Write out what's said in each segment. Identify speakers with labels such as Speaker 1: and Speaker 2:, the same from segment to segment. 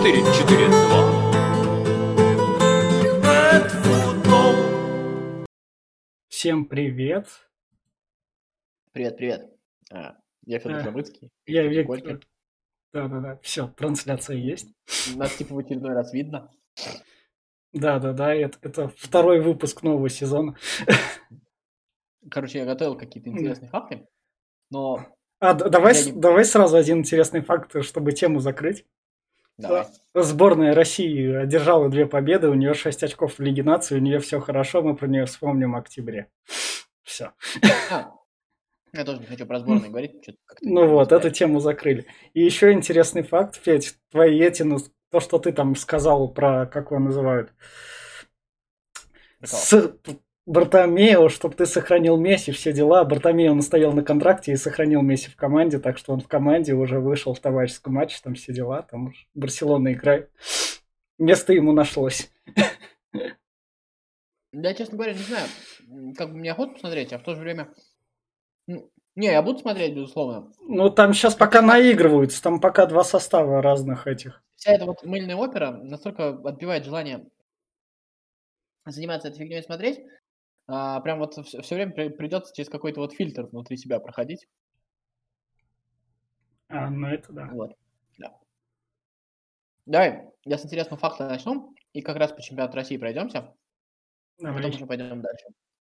Speaker 1: 4-4-2.
Speaker 2: Всем привет.
Speaker 3: Привет. Я Федор
Speaker 2: Э,
Speaker 3: Забрыцкий,
Speaker 2: Я
Speaker 3: Виктор
Speaker 2: Виктор.
Speaker 3: Николькин.
Speaker 2: Да. Все, трансляция есть.
Speaker 3: Нас типа в очередной раз видно.
Speaker 2: Да. Это второй выпуск нового сезона.
Speaker 3: Короче, я готовил какие-то интересные факты, но
Speaker 2: Давай сразу один интересный факт, чтобы тему закрыть.
Speaker 3: давай.
Speaker 2: Сборная России одержала 2 победы, у нее 6 очков в Лиге наций, у нее все хорошо, мы про нее вспомним в октябре. Все.
Speaker 3: Я тоже не хочу про сборную говорить. Что-то как-то
Speaker 2: Ну
Speaker 3: не
Speaker 2: вот,
Speaker 3: цепляет.
Speaker 2: эту тему закрыли. И еще интересный факт, Федь, то, что ты там сказал про, как его называют, Бартомео, чтобы ты сохранил Месси, все дела. Бартомео настоял на контракте и сохранил Месси в команде, так что он в команде уже вышел в товарищеском матче, там все дела, там Барселона играет. Место ему нашлось.
Speaker 3: Да, честно говоря, не знаю, как бы мне охота посмотреть, а в то же время... Не, я буду смотреть, безусловно.
Speaker 2: Ну, там сейчас пока наигрываются, там пока 2 состава разных этих.
Speaker 3: Вся эта вот мыльная опера настолько отбивает желание заниматься этой фигней и смотреть, прям вот все время придется через какой-то вот фильтр внутри себя проходить.
Speaker 2: Ну это да.
Speaker 3: Вот, да. Давай, я с интересного факта начну, и как раз по чемпионату России пройдемся, а потом уже пойдем дальше.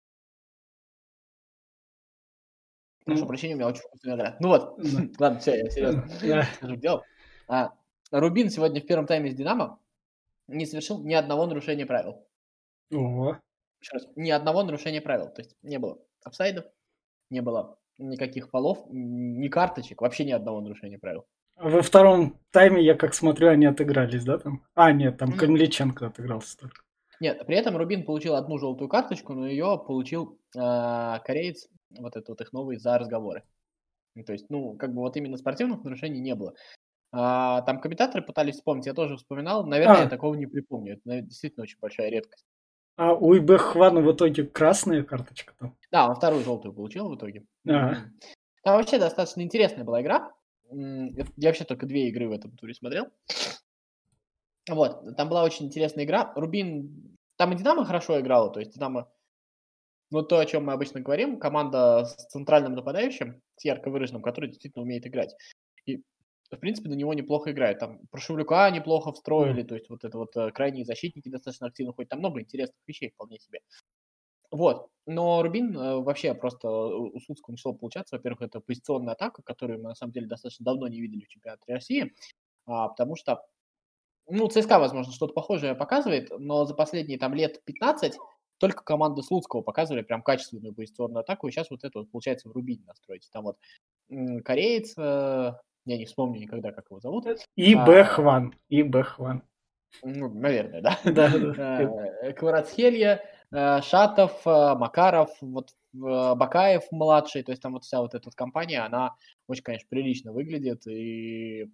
Speaker 3: Прошу прощения, у меня очень вкусный виноград. Ну вот, ладно, все, я серьезно скажу к делу. Рубин сегодня в первом тайме с «Динамо» не совершил ни одного нарушения правил.
Speaker 2: Ого.
Speaker 3: Еще раз, ни одного нарушения правил. То есть не было офсайдов, не было никаких фолов, ни карточек, вообще ни одного нарушения правил.
Speaker 2: Во втором тайме, я как смотрю, они отыгрались, да, там? Нет, там Камличенко отыгрался только.
Speaker 3: Нет, при этом Рубин получил одну желтую карточку, но ее получил кореец, вот этот вот их новый, за разговоры. То есть, как бы вот именно спортивных нарушений не было. Там комментаторы пытались вспомнить, я тоже вспоминал. Наверное, я такого не припомню. Это действительно очень большая редкость.
Speaker 2: У Ибехвана в итоге красная карточка там?
Speaker 3: Да, он вторую желтую получил в итоге. Там вообще достаточно интересная была игра. Я вообще только 2 игры в этом туре смотрел. Вот, там была очень интересная игра. Рубин, там и Динамо хорошо играла, то есть Динамо, вот то, о чем мы обычно говорим, команда с центральным нападающим, с ярко выраженным, который действительно умеет играть. И, в принципе, на него неплохо играет. Там Прошевлюка неплохо встроили, то есть вот это вот крайние защитники достаточно активно ходят. Там много интересных вещей вполне себе. Вот, но Рубин вообще просто у Слуцкого начало получаться. Во-первых, это позиционная атака, которую мы на самом деле достаточно давно не видели в чемпионате России, потому что ЦСКА, возможно, что-то похожее показывает, но за последние там лет 15 только команды Слуцкого показывали прям качественную позиционную атаку, и сейчас вот это вот получается в Рубине настроить. Там вот кореец, я не вспомню никогда, как его зовут.
Speaker 2: Ибехван.
Speaker 3: Наверное, да.
Speaker 2: Да.
Speaker 3: Кварацхелья, Шатов, Макаров, вот Бакаев младший, то есть там вот вся вот эта вот компания, она очень, конечно, прилично выглядит, и,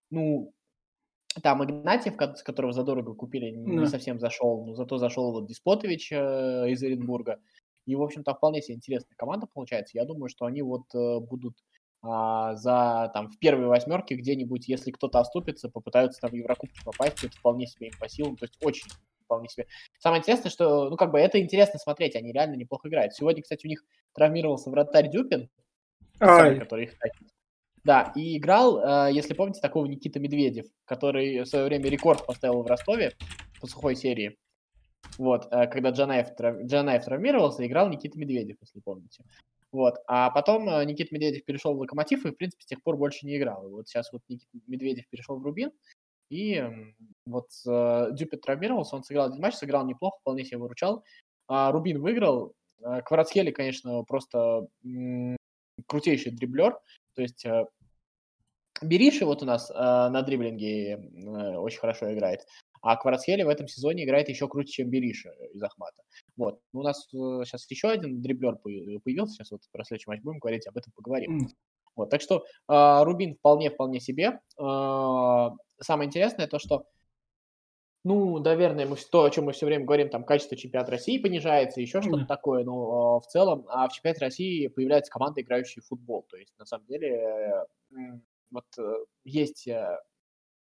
Speaker 3: там Игнатьев, которого задорого купили, не совсем зашел, но зато зашел вот Деспотович из Оренбурга. И, в общем-то, вполне себе интересная команда получается. Я думаю, что они вот будут в первой 8 где-нибудь, если кто-то оступится, попытаются там в Еврокубки попасть, это вполне себе им по силам, то есть очень вполне себе. Самое интересное, что, это интересно смотреть, они реально неплохо играют. Сегодня, кстати, у них травмировался вратарь Дюпин, который их тащит. Да, и играл, если помните, такого Никита Медведев, который в свое время рекорд поставил в Ростове по сухой серии. Вот, когда Джанаев травмировался, играл Никита Медведев, если помните. Вот, а потом Никита Медведев перешел в Локомотив и, в принципе, с тех пор больше не играл. И вот сейчас вот Никита Медведев перешел в Рубин, и вот Дюпин травмировался, он сыграл один матч, сыграл неплохо, вполне себе выручал. Рубин выиграл. Кварацхелья, конечно, просто крутейший дриблер. То есть Бериши вот у нас на дриблинге очень хорошо играет, а Кварацхелья в этом сезоне играет еще круче, чем Бериши из Ахмата. Вот. У нас сейчас еще один дриблер появился, сейчас вот про следующий матч будем говорить, об этом поговорим. Вот. Так что Рубин вполне себе. Самое интересное то, что наверное, то, о чем мы все время говорим, там качество чемпионата России понижается, еще что-то такое, но в целом в чемпионате России появляются команды, играющие в футбол. То есть, на самом деле, вот есть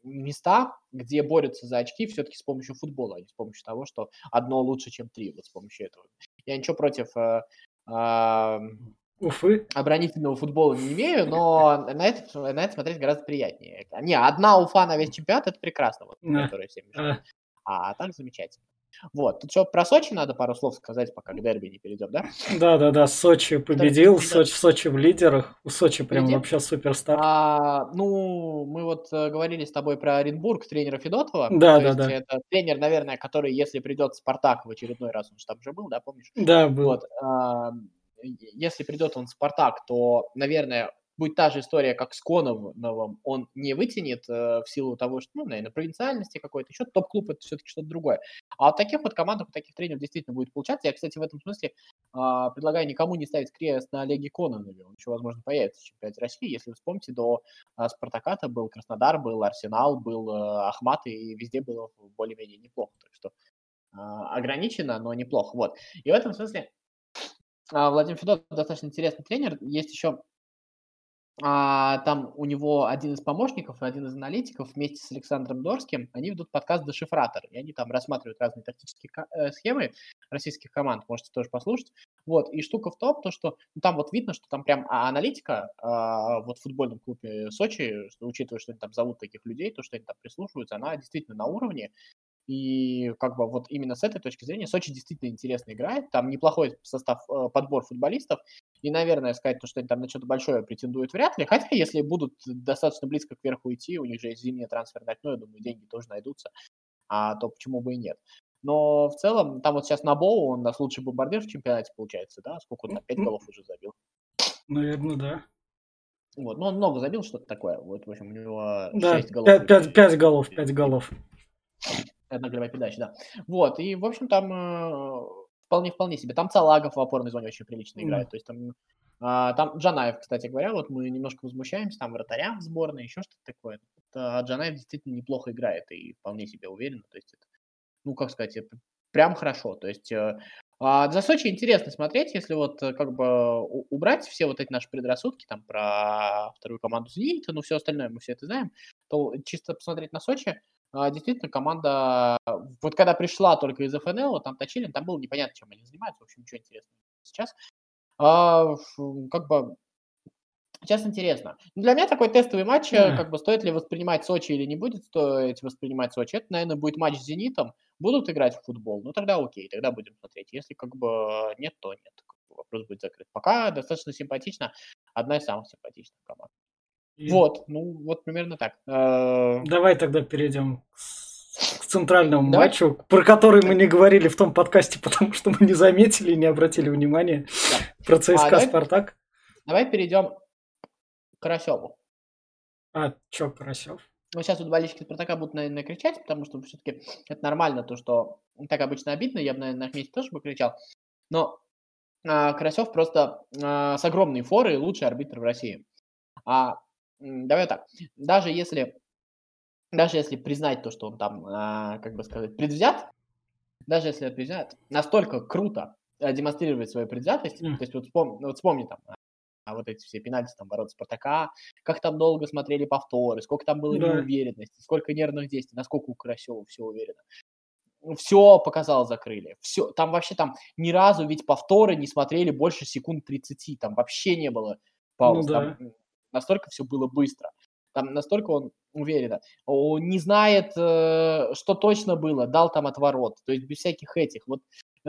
Speaker 3: места, где борются за очки все-таки с помощью футбола, а не с помощью того, что одно лучше, чем три, вот с помощью этого. Я ничего против а,
Speaker 2: Уфы.
Speaker 3: оборонительного футбола не имею, но на это смотреть гораздо приятнее. Не, одна Уфа на весь чемпионат – это прекрасно, вот,
Speaker 2: А,
Speaker 3: которая всем мешает.
Speaker 2: а.
Speaker 3: А так замечательно. Вот, тут что, про Сочи надо пару слов сказать, пока к дерби не перейдем, да?
Speaker 2: Да-да-да, Сочи
Speaker 3: Который
Speaker 2: победил,
Speaker 3: идет
Speaker 2: Сочи в лидерах. У Сочи прям
Speaker 3: впереди.
Speaker 2: вообще суперстар.
Speaker 3: Ну, мы вот говорили с тобой про Оренбург, тренера Федотова. То есть
Speaker 2: Да-да-да.
Speaker 3: это тренер, наверное, который, если придет в «Спартак» в очередной раз, он же там уже был, да, помнишь?
Speaker 2: Да, был.
Speaker 3: Вот, если придет он в «Спартак», то, наверное, будет та же история, как с Коновым. Он не вытянет в силу того, что, ну, наверное, провинциальности какой-то, еще топ-клуб – это все-таки что-то другое. А вот таких вот командах, у таких тренеров действительно будет получаться. Я, кстати, в этом смысле предлагаю никому не ставить крест на Олеге Кононове. Он еще, возможно, появится в чемпионате России. Если вы вспомните, до «Спартака»-то был Краснодар, был Арсенал, был Ахмат, и везде было более-менее неплохо. Так что ограничено, но неплохо. Вот. И в этом смысле Владимир Федотов достаточно интересный тренер. Есть еще там у него один из помощников и один из аналитиков вместе с Александром Дорским, они ведут подкаст «Дешифратор», и они там рассматривают разные тактические схемы российских команд, можете тоже послушать. Вот, и штука в том, то, что там вот видно, что там прям аналитика вот в футбольном клубе Сочи, что, учитывая, что они там зовут таких людей, то, что они там прислушиваются, она действительно на уровне. И как бы вот именно с этой точки зрения Сочи действительно интересно играет. Там неплохой подбор футболистов. И, наверное, сказать, что они там на что-то большое претендуют, вряд ли. Хотя, если будут достаточно близко кверху идти, у них же есть зимнее трансферное окно, я думаю, деньги тоже найдутся, то почему бы и нет. Но в целом, там вот сейчас Набоу, он у нас лучший бомбардир в чемпионате получается, да? Сколько он там, 5 голов уже забил?
Speaker 2: Наверное, да.
Speaker 3: Вот, ну он много забил, что-то такое. Вот, в общем, у него
Speaker 2: Да,
Speaker 3: 6 голов.
Speaker 2: 5 голов, 5 голов.
Speaker 3: Одна голевая передача, да. Вот, и, в общем, там вполне себе. Там Салагов в опорной зоне очень прилично
Speaker 2: Да.
Speaker 3: играет. То есть там Джанаев, кстати говоря, вот мы немножко возмущаемся, там вратаря в сборной, еще что-то такое. А Джанаев действительно неплохо играет и вполне себе уверенно. То есть это, ну, как сказать, это прям хорошо. То есть за Сочи интересно смотреть, если вот как бы убрать все вот эти наши предрассудки там про вторую команду «Зенита», ну, все остальное мы все это знаем, то чисто посмотреть на Сочи, действительно команда, вот когда пришла только из ФНЛ, вот там точили, там было непонятно, чем они занимаются, в общем, ничего интересного сейчас. Как бы сейчас интересно. Ну, для меня такой тестовый матч, как бы стоит ли воспринимать Сочи или не будет стоить воспринимать Сочи, это, наверное, будет матч с «Зенитом». Будут играть в футбол, ну тогда окей, тогда будем смотреть. Если как бы нет, то нет. Как бы вопрос будет закрыт. Пока достаточно симпатично, одна из самых симпатичных команд.
Speaker 2: И
Speaker 3: Вот, ну вот примерно так.
Speaker 2: давай тогда перейдем к центральному
Speaker 3: Давай,
Speaker 2: матчу, про который мы не говорили в том подкасте, потому что мы не заметили и не обратили внимания.
Speaker 3: да.
Speaker 2: Про ЦСКА
Speaker 3: Давай,
Speaker 2: Спартак.
Speaker 3: давай перейдем к Карасеву.
Speaker 2: Чё, Карасев?
Speaker 3: Ну, сейчас вот болельщики «Спартака» будут, наверное, кричать, потому что все-таки это нормально, то, что так обычно обидно, я бы, наверное, на их месте тоже бы кричал. Но Карасев просто с огромной форой лучший арбитр в России. Давай так, даже если признать то, что он там, как бы сказать, предвзят, даже если это предвзят, настолько круто демонстрировать свою предвзятость, то есть вот вспомни там, вот эти все пенальти там ворота «Спартака», как там долго смотрели повторы, сколько там было
Speaker 2: Да.
Speaker 3: неуверенности, сколько нервных действий, насколько у Карасева все уверенно. Все показал, закрыли. Все. Там вообще там ни разу ведь повторы не смотрели больше секунд 30. Там вообще не было
Speaker 2: Ну
Speaker 3: пауз. Там
Speaker 2: да.
Speaker 3: настолько все было быстро. Там настолько он уверенно. Он не знает, что точно было, дал там отворот. То есть без всяких этих. Вот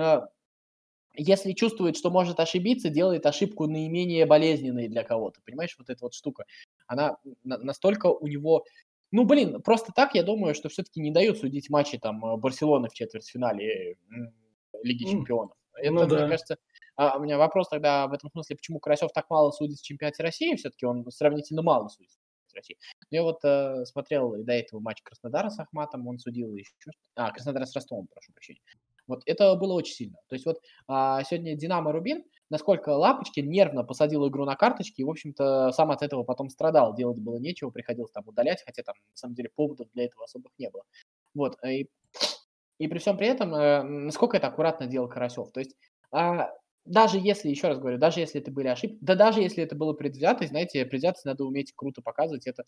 Speaker 3: если чувствует, что может ошибиться, делает ошибку наименее болезненной для кого-то. Понимаешь, вот эта вот штука. Она настолько у него... Ну, блин, просто так я думаю, что все-таки не дают судить матчи там Барселоны в четвертьфинале Лиги Чемпионов.
Speaker 2: Ну
Speaker 3: Это, мне
Speaker 2: да.
Speaker 3: кажется, у меня вопрос тогда в этом смысле, почему Карасев так мало судит в чемпионате России, все-таки он сравнительно мало судит в чемпионате России. Но я вот смотрел до этого матч Краснодара с Ахматом, он судил еще... Краснодар с Ростовом, прошу прощения. Вот это было очень сильно. То есть вот сегодня Динамо Рубин, насколько Лапочкин нервно посадил игру на карточки и, в общем-то, сам от этого потом страдал. Делать было нечего, приходилось там удалять, хотя там, на самом деле, поводов для этого особых не было. Вот. И при всем при этом, насколько это аккуратно делал Карасев. То есть даже если, еще раз говорю, даже если это были ошибки, да даже если это было предвзятость, знаете, предвзятость надо уметь круто показывать. Это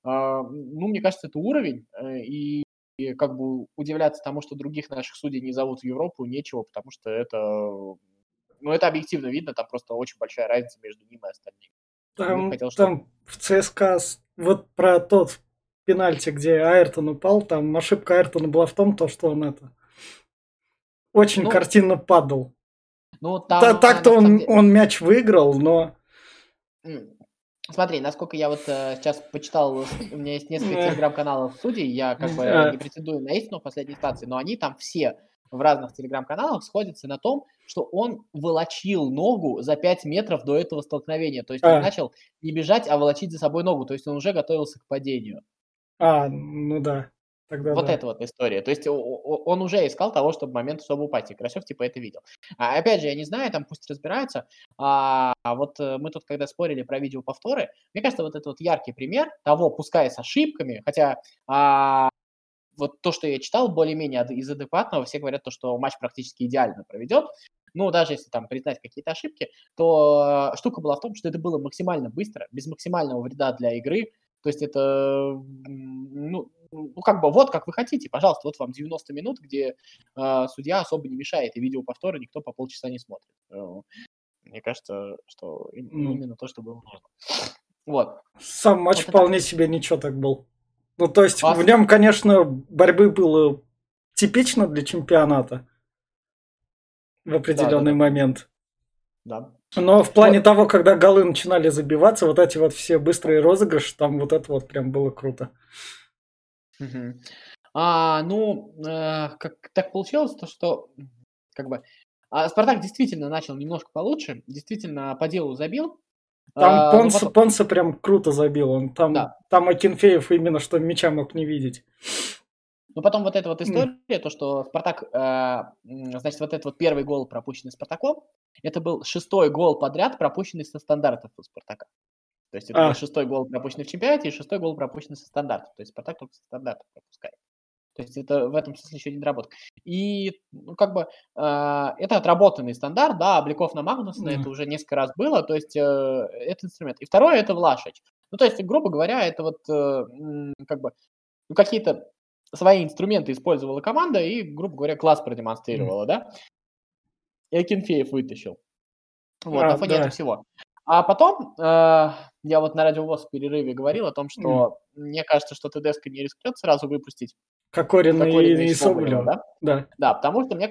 Speaker 3: Ну, мне кажется, это уровень, и как бы удивляться тому, что других наших судей не зовут в Европу, нечего, потому что это, ну, это объективно видно, там просто очень большая разница между ним и остальными. Мне бы хотелось, чтобы...
Speaker 2: Там в ЦСКА, вот про тот пенальти, где Айртон упал, там ошибка Айртона была в том, то, что он это очень
Speaker 3: Ну,
Speaker 2: картинно падал.
Speaker 3: там,
Speaker 2: Так-то
Speaker 3: на самом деле...
Speaker 2: он мяч выиграл, но...
Speaker 3: Смотри, насколько я вот сейчас почитал, у меня есть несколько
Speaker 2: э,
Speaker 3: телеграм-каналов судей, я как бы
Speaker 2: э,
Speaker 3: не претендую на истину в последней инстанции, но они там все в разных телеграм-каналах сходятся на том, что он волочил ногу за 5 метров до этого столкновения. То есть он
Speaker 2: а,
Speaker 3: начал не бежать, а волочить за собой ногу. То есть он уже готовился к падению.
Speaker 2: ну да, тогда
Speaker 3: Вот
Speaker 2: да.
Speaker 3: эта вот история. То есть он уже искал того, чтобы момент, чтобы упасть. И Карасев типа это видел. Опять же, я не знаю, там пусть разбираются. Вот мы тут, когда спорили про видеоповторы, мне кажется, вот это вот яркий пример того, пускай с ошибками, хотя вот то, что я читал, более-менее из адекватного, все говорят то, что матч практически идеально проведет. Ну, даже если там признать какие-то ошибки, то штука была в том, что это было максимально быстро, без максимального вреда для игры. То есть это, ну, как бы вот как вы хотите, пожалуйста, вот вам 90 минут, где судья особо не мешает, и видеоповторы никто по полчаса не смотрит. Мне кажется, что
Speaker 2: Ну,
Speaker 3: именно то, что было нужно. Вот.
Speaker 2: сам матч
Speaker 3: Вот и так.
Speaker 2: вполне себе ничего так был. Ну, то есть
Speaker 3: А
Speaker 2: в нем, конечно, борьбы было типично для чемпионата в
Speaker 3: да, да,
Speaker 2: определенный
Speaker 3: да,
Speaker 2: момент.
Speaker 3: да.
Speaker 2: Но в плане
Speaker 3: Вот.
Speaker 2: того, когда голы начинали забиваться, вот эти вот все быстрые розыгрыши, там вот это вот прям было круто.
Speaker 3: Мгм. Как так получилось, то что как бы «Спартак» действительно начал немножко получше, действительно по делу забил,
Speaker 2: Там
Speaker 3: но потом
Speaker 2: Понса прям круто забил.
Speaker 3: да,
Speaker 2: Там Акинфеев именно что мяча мог не видеть.
Speaker 3: но потом вот эта вот
Speaker 2: М.
Speaker 3: история, то, что «Спартак», значит, вот этот вот первый гол, пропущенный «Спартаком», это был шестой гол подряд, пропущенный со стандартов у «Спартака». То есть это был
Speaker 2: А,
Speaker 3: шестой гол, пропущенный в чемпионате, и шестой гол, пропущенный со стандартов. То есть «Спартак» только со стандартов пропускает. То есть это в этом смысле еще не доработка. И, ну, как бы, это отработанный стандарт, да, Обликов на Магнусона,
Speaker 2: м.
Speaker 3: это уже несколько раз было, то есть это инструмент. И второе– это Влашич. Ну, то есть, грубо говоря, это вот как бы ну, какие-то свои инструменты использовала команда и, грубо говоря, класс продемонстрировала, да, и Акинфеев вытащил. Вот, на фоне этого
Speaker 2: Да.
Speaker 3: всего. А потом я вот на Радио ВОС в перерыве говорил о том,
Speaker 2: М.
Speaker 3: что мне кажется, что ТДСК не рискнет сразу выпустить
Speaker 2: Кокорин
Speaker 3: Кокорина и
Speaker 2: и
Speaker 3: Соболева,
Speaker 2: Соболева.
Speaker 3: да?
Speaker 2: Да.
Speaker 3: Да, потому что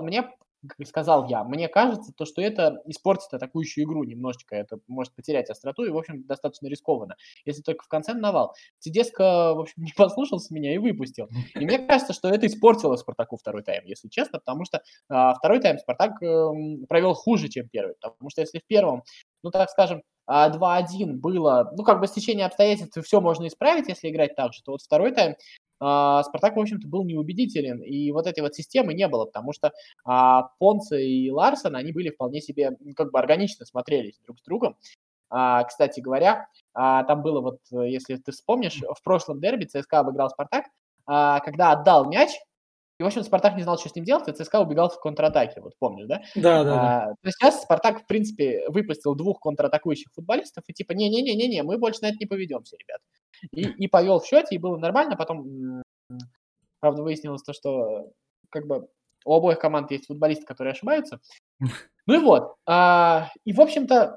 Speaker 3: сказал я, мне кажется, то, что это испортит атакующую игру немножечко, это может потерять остроту и, в общем, достаточно рискованно, если только в конце навал. Тедеско, в общем, не послушался меня и выпустил. И мне кажется, что это испортило Спартаку второй тайм, если честно, потому что второй тайм Спартак провел хуже, чем первый, потому что если в первом, ну, так скажем, 2-1 было, ну, как бы стечение обстоятельств, и все можно исправить, если играть так же, то вот второй тайм Спартак, в общем-то, был неубедителен, и вот этой вот системы не было, потому что Понце и Ларсон, они были вполне себе, как бы органично смотрелись друг с другом. Кстати говоря, там было вот, если ты вспомнишь, в прошлом дерби ЦСКА обыграл Спартак, когда отдал мяч, и, в общем, Спартак не знал, что с ним делать, и ЦСКА убегал в контратаке, вот помнишь, да?
Speaker 2: Да.
Speaker 3: То есть сейчас Спартак, в принципе, выпустил двух контратакующих футболистов, и типа, не-не-не-не, мы больше на это не поведемся, ребят. И повел в счете, и было нормально, потом правда, выяснилось то, что как бы у обоих команд есть футболисты, которые ошибаются. Ну и вот. И, в общем-то,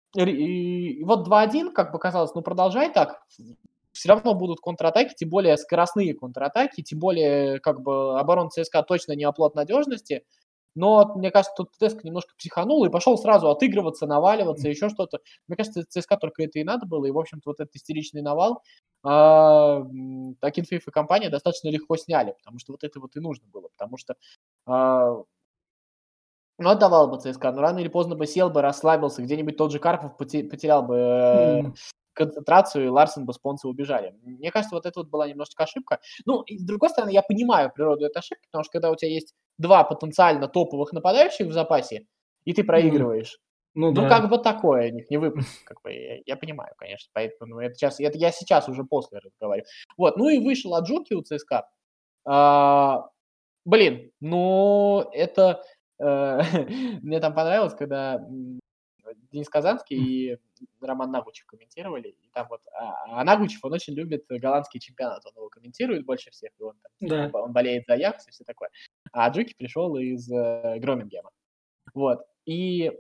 Speaker 3: и вот 2-1, как бы казалось, ну продолжай так, все равно будут контратаки, тем более скоростные контратаки, тем более как бы оборона ЦСКА точно не оплот надежности. Но, мне кажется, тут ТДСК немножко психанул и пошел сразу отыгрываться, наваливаться, еще что-то. Мне кажется, ЦСКА только это и надо было. И, в общем-то, вот этот истеричный навал Акинфеев и компания достаточно легко сняли, потому что вот это вот и нужно было. Потому что, ну, отдавал бы ЦСКА, но рано или поздно бы сел бы, расслабился, где-нибудь тот же Карпов потерял бы
Speaker 2: М.
Speaker 3: концентрацию, и Ларсен бы с Понце убежали. Мне кажется, вот это вот была немножечко ошибка. Ну, и с другой стороны, я понимаю природу этой ошибки, потому что когда у тебя есть два потенциально топовых нападающих в запасе, и ты
Speaker 2: М.
Speaker 3: проигрываешь,
Speaker 2: Ну
Speaker 3: ну,
Speaker 2: да.
Speaker 3: как бы такое их не выпустить, как бы, я понимаю, конечно, поэтому это я сейчас уже после разговариваю. Вот, ну и вышел Аджуки у ЦСКА. А, ну, это, э, мне там понравилось, когда Денис Казанский и Роман Нагучев комментировали. И там вот, а Нагучев, он очень любит голландский чемпионат, он его комментирует больше всех, и
Speaker 2: Да.
Speaker 3: он болеет за Аякс и все такое. А Джуки пришел из Громингема. Вот. И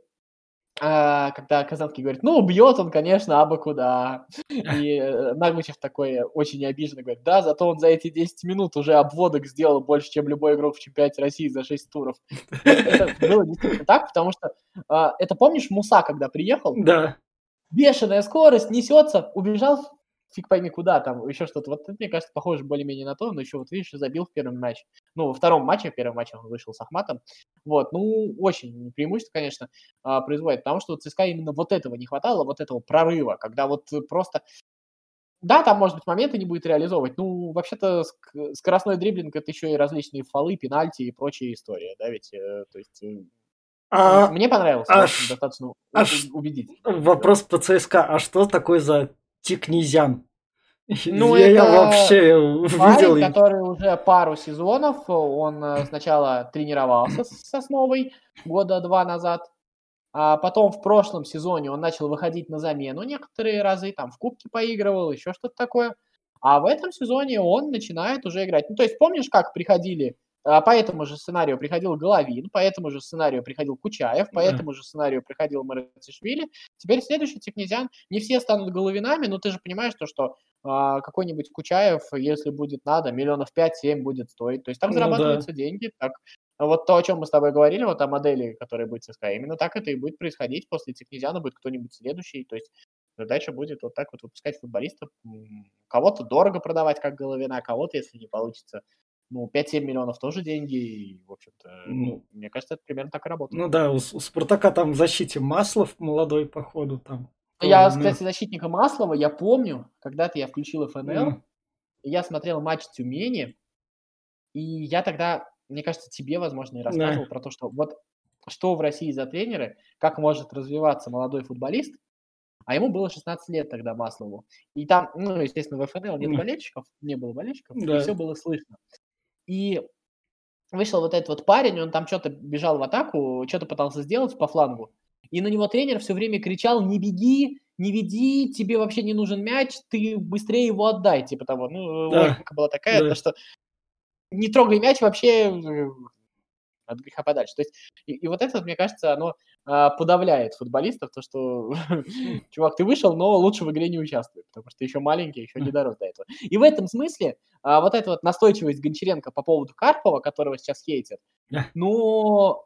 Speaker 3: когда Казанский говорит, ну, бьет он, конечно, абы куда. И Нагучев такой очень обиженно говорит, да, зато он за эти 10 минут уже обводок сделал больше, чем любой игрок в чемпионате России за 6 туров. Вот это было действительно так, потому что это помнишь Муса, когда приехал?
Speaker 2: Да.
Speaker 3: Бешеная скорость, несется, убежал фиг пойми куда там, еще что-то. Вот это, мне кажется, похоже более-менее на то, но еще вот видишь, забил в первом матче. Ну, во втором матче, в первом матче он вышел с Ахматом. Вот, ну, очень преимущество, конечно, производит, потому что у ЦСКА именно вот этого не хватало, вот этого прорыва, когда вот просто... Да, там, может быть, моменты не будет реализовывать. Ну, вообще-то скоростной дриблинг — это еще и различные фолы, пенальти и прочая история, да, ведь, то есть...
Speaker 2: А,
Speaker 3: Мне понравился, в
Speaker 2: а,
Speaker 3: общем,
Speaker 2: ш-
Speaker 3: достаточно
Speaker 2: а ш-
Speaker 3: убедительно.
Speaker 2: Вопрос по ЦСКА. А что такое за Тикнезян?
Speaker 3: Ну,
Speaker 2: Я
Speaker 3: это
Speaker 2: вообще
Speaker 3: парень,
Speaker 2: видел.
Speaker 3: который уже пару сезонов, он сначала тренировался с Сосновой года 2 назад, а потом в прошлом сезоне он начал выходить на замену некоторые разы, там в кубке поигрывал, еще что-то такое. А в этом сезоне он начинает уже играть. Ну, то есть помнишь, как приходили, по этому же сценарию приходил Головин, по этому же сценарию приходил Кучаев, по
Speaker 2: Да.
Speaker 3: этому же сценарию приходил Марацишвили. Теперь следующий Тикнезян. Не все станут Головинами, но ты же понимаешь, что какой-нибудь Кучаев, если будет надо, миллионов 5-7 будет стоить. То есть так
Speaker 2: Ну да.
Speaker 3: зарабатываются деньги, так. Вот то, о чем мы с тобой говорили, вот о модели, которая будет в ЦСКА, именно так это и будет происходить. После Тикнезяна будет кто-нибудь следующий. То есть задача будет вот так вот выпускать футболистов. Кого-то дорого продавать, как Головина, кого-то, если не получится, ну, 5-7 миллионов тоже деньги. И, в общем-то,
Speaker 2: Ну,
Speaker 3: мне кажется, это примерно так и работает.
Speaker 2: ну да, у Спартака там в защите Маслов молодой, походу, там тоже,
Speaker 3: Я,
Speaker 2: ну,
Speaker 3: кстати, защитника Маслова, я помню, когда-то я включил ФНЛ,
Speaker 2: ну,
Speaker 3: и я смотрел матч Тюмени, и я тогда, мне кажется, тебе, возможно, и
Speaker 2: да.
Speaker 3: рассказывал про то, что вот что в России за тренеры, как может развиваться молодой футболист, а ему было 16 лет тогда, Маслову. И там, ну, естественно, в ФНЛ нет болельщиков, не было болельщиков, и
Speaker 2: Да.
Speaker 3: все было слышно. И вышел вот этот вот парень, он там что-то бежал в атаку, что-то пытался сделать по флангу, и на него тренер все время кричал: не беги, не веди, тебе вообще не нужен мяч, ты быстрее его отдай, типа того. Ну,
Speaker 2: Да.
Speaker 3: логика была такая, то
Speaker 2: Да.
Speaker 3: что не трогай мяч вообще, от греха подальше. То есть и вот это, вот, мне кажется, оно подавляет футболистов, то, что чувак, ты вышел, но лучше в игре не участвуй, потому что ты еще маленький, еще не дорос до этого. И в этом смысле вот эта вот настойчивость Гончаренко по поводу Карпова, которого сейчас хейтят,
Speaker 2: Да.
Speaker 3: ну,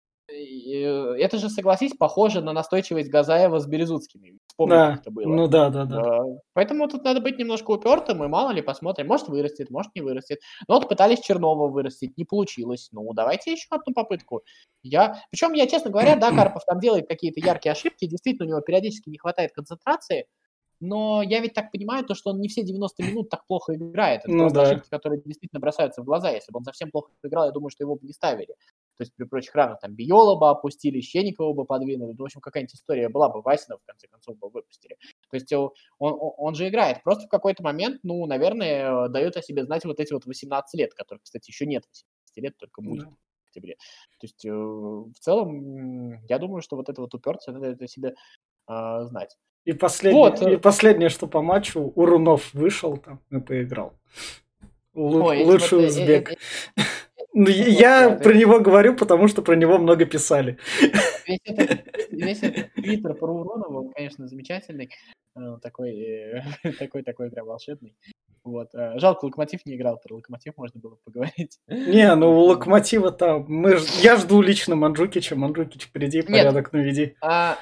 Speaker 3: это же, согласись, похоже на настойчивость Газаева с Березутскими. Вспомни, как
Speaker 2: Да.
Speaker 3: это было.
Speaker 2: Ну да, да, да.
Speaker 3: Да. Поэтому тут надо быть немножко упертым, и мало ли, посмотрим. Может, вырастет, может, не вырастет. Но вот пытались Чернова вырастить, не получилось. Ну, давайте еще одну попытку. Причем я, честно говоря, да, Карпов там делает какие-то яркие ошибки, действительно, у него периодически не хватает концентрации, но я ведь так понимаю, то, что он не все 90 минут так плохо играет. Это
Speaker 2: Ну
Speaker 3: просто
Speaker 2: да.
Speaker 3: ошибки, которые действительно бросаются в глаза. Если бы он совсем плохо играл, я думаю, что его бы не ставили. То есть при прочих равных там Биола бы опустили, Щенникова бы подвинули. Ну, в общем, какая-нибудь история была бы, Васина, в конце концов, бы выпустили. То есть он же играет. Просто в какой-то момент, ну, наверное, дает о себе знать вот эти вот 18 лет, которых, кстати, еще нет 18 лет, только будет
Speaker 2: Да.
Speaker 3: в октябре. То есть в целом, я думаю, что вот это вот упертие, надо это себе знать.
Speaker 2: И
Speaker 3: Вот.
Speaker 2: последнее, что по матчу, Урунов вышел там и поиграл.
Speaker 3: Ой, эти вот,
Speaker 2: Лучший узбек. Ну,
Speaker 3: вот,
Speaker 2: я
Speaker 3: да,
Speaker 2: про него говорю, потому что про него много писали.
Speaker 3: весь этот твиттер про Уронова, он, конечно, замечательный, такой, такой прям волшебный. Вот, жалко, Локомотив не играл, про Локомотив можно было поговорить.
Speaker 2: Не, ну
Speaker 3: Вот,
Speaker 2: у Локомотива там... Я жду лично Манджукича. Манджукич, приди,
Speaker 3: нет,
Speaker 2: порядок наведи.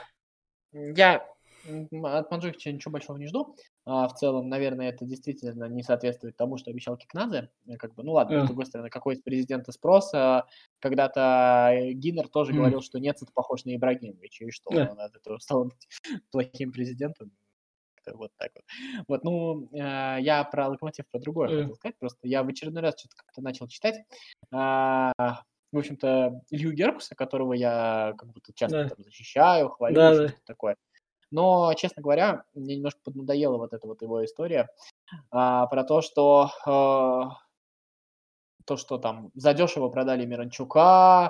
Speaker 3: я от Манджукича ничего большого не жду. В целом, наверное, это действительно не соответствует тому, что обещал Кикнадзе. Как бы, ну ладно, с
Speaker 2: Э,
Speaker 3: другой стороны, какой из президента спрос? Когда-то Гиннер тоже
Speaker 2: м,
Speaker 3: говорил, что нет, это похож на Ибрагимовича, и что
Speaker 2: да.
Speaker 3: он от этого стал быть плохим президентом. Как-то вот так вот. Вот, ну, я про Локомотив, про другое
Speaker 2: Э,
Speaker 3: хотел сказать. Просто я в очередной раз что-то как-то начал читать. А, В общем-то, Илью Геркуса, которого я как будто часто
Speaker 2: Да.
Speaker 3: там защищаю, хвалю,
Speaker 2: Да,
Speaker 3: еще
Speaker 2: да.
Speaker 3: что-то такое. Но, честно говоря, мне немножко поднадоела вот эта вот его история, про то, что там задешево продали Миранчука,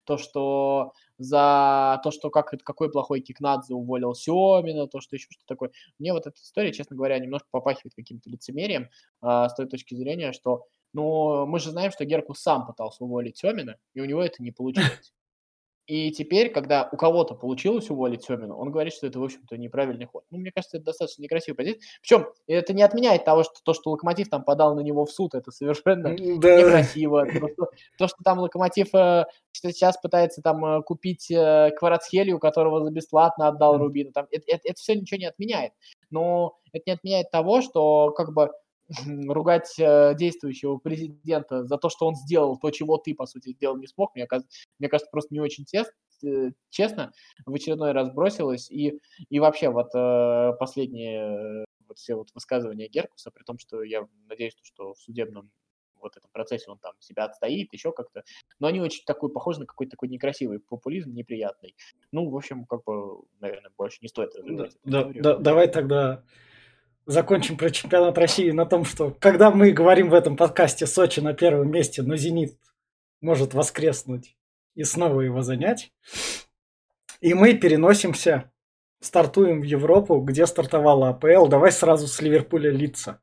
Speaker 3: то, что за то, что какой плохой Кикнадзе уволил Семина, то, что еще что-то такое. Мне вот эта история, честно говоря, немножко попахивает каким-то лицемерием, с той точки зрения, что, ну, мы же знаем, что Геркус сам пытался уволить Семина, и у него это не получилось. И теперь, когда у кого-то получилось уволить Семина, он говорит, что это, в общем-то, неправильный ход. Ну, мне кажется, это достаточно некрасивая позиция. Причем это не отменяет того, что то, что Локомотив там подал на него в суд, это совершенно
Speaker 2: Да.
Speaker 3: некрасиво. То, что там Локомотив сейчас пытается там купить Кварацхелию, которого за бесплатно отдал Рубину, там, это все ничего не отменяет. Но это не отменяет того, что как бы ругать действующего президента за то, что он сделал то, чего ты, по сути, сделал не смог, мне кажется, просто не очень честно, в очередной раз бросилось. И вообще вот последние вот все вот высказывания Геркуса, при том, что я надеюсь, что в судебном вот этом процессе он там себя отстоит, еще как-то, но они очень похожи на какой-то такой некрасивый популизм, неприятный. Ну, в общем, как бы, наверное, больше не стоит развивать эту историю.
Speaker 2: Давай тогда закончим про чемпионат России на том, что когда мы говорим в этом подкасте Сочи на первом месте, но Зенит может воскреснуть и снова его занять. И мы переносимся, стартуем в Европу, где стартовала АПЛ. Давай сразу с Ливерпуля Лидса.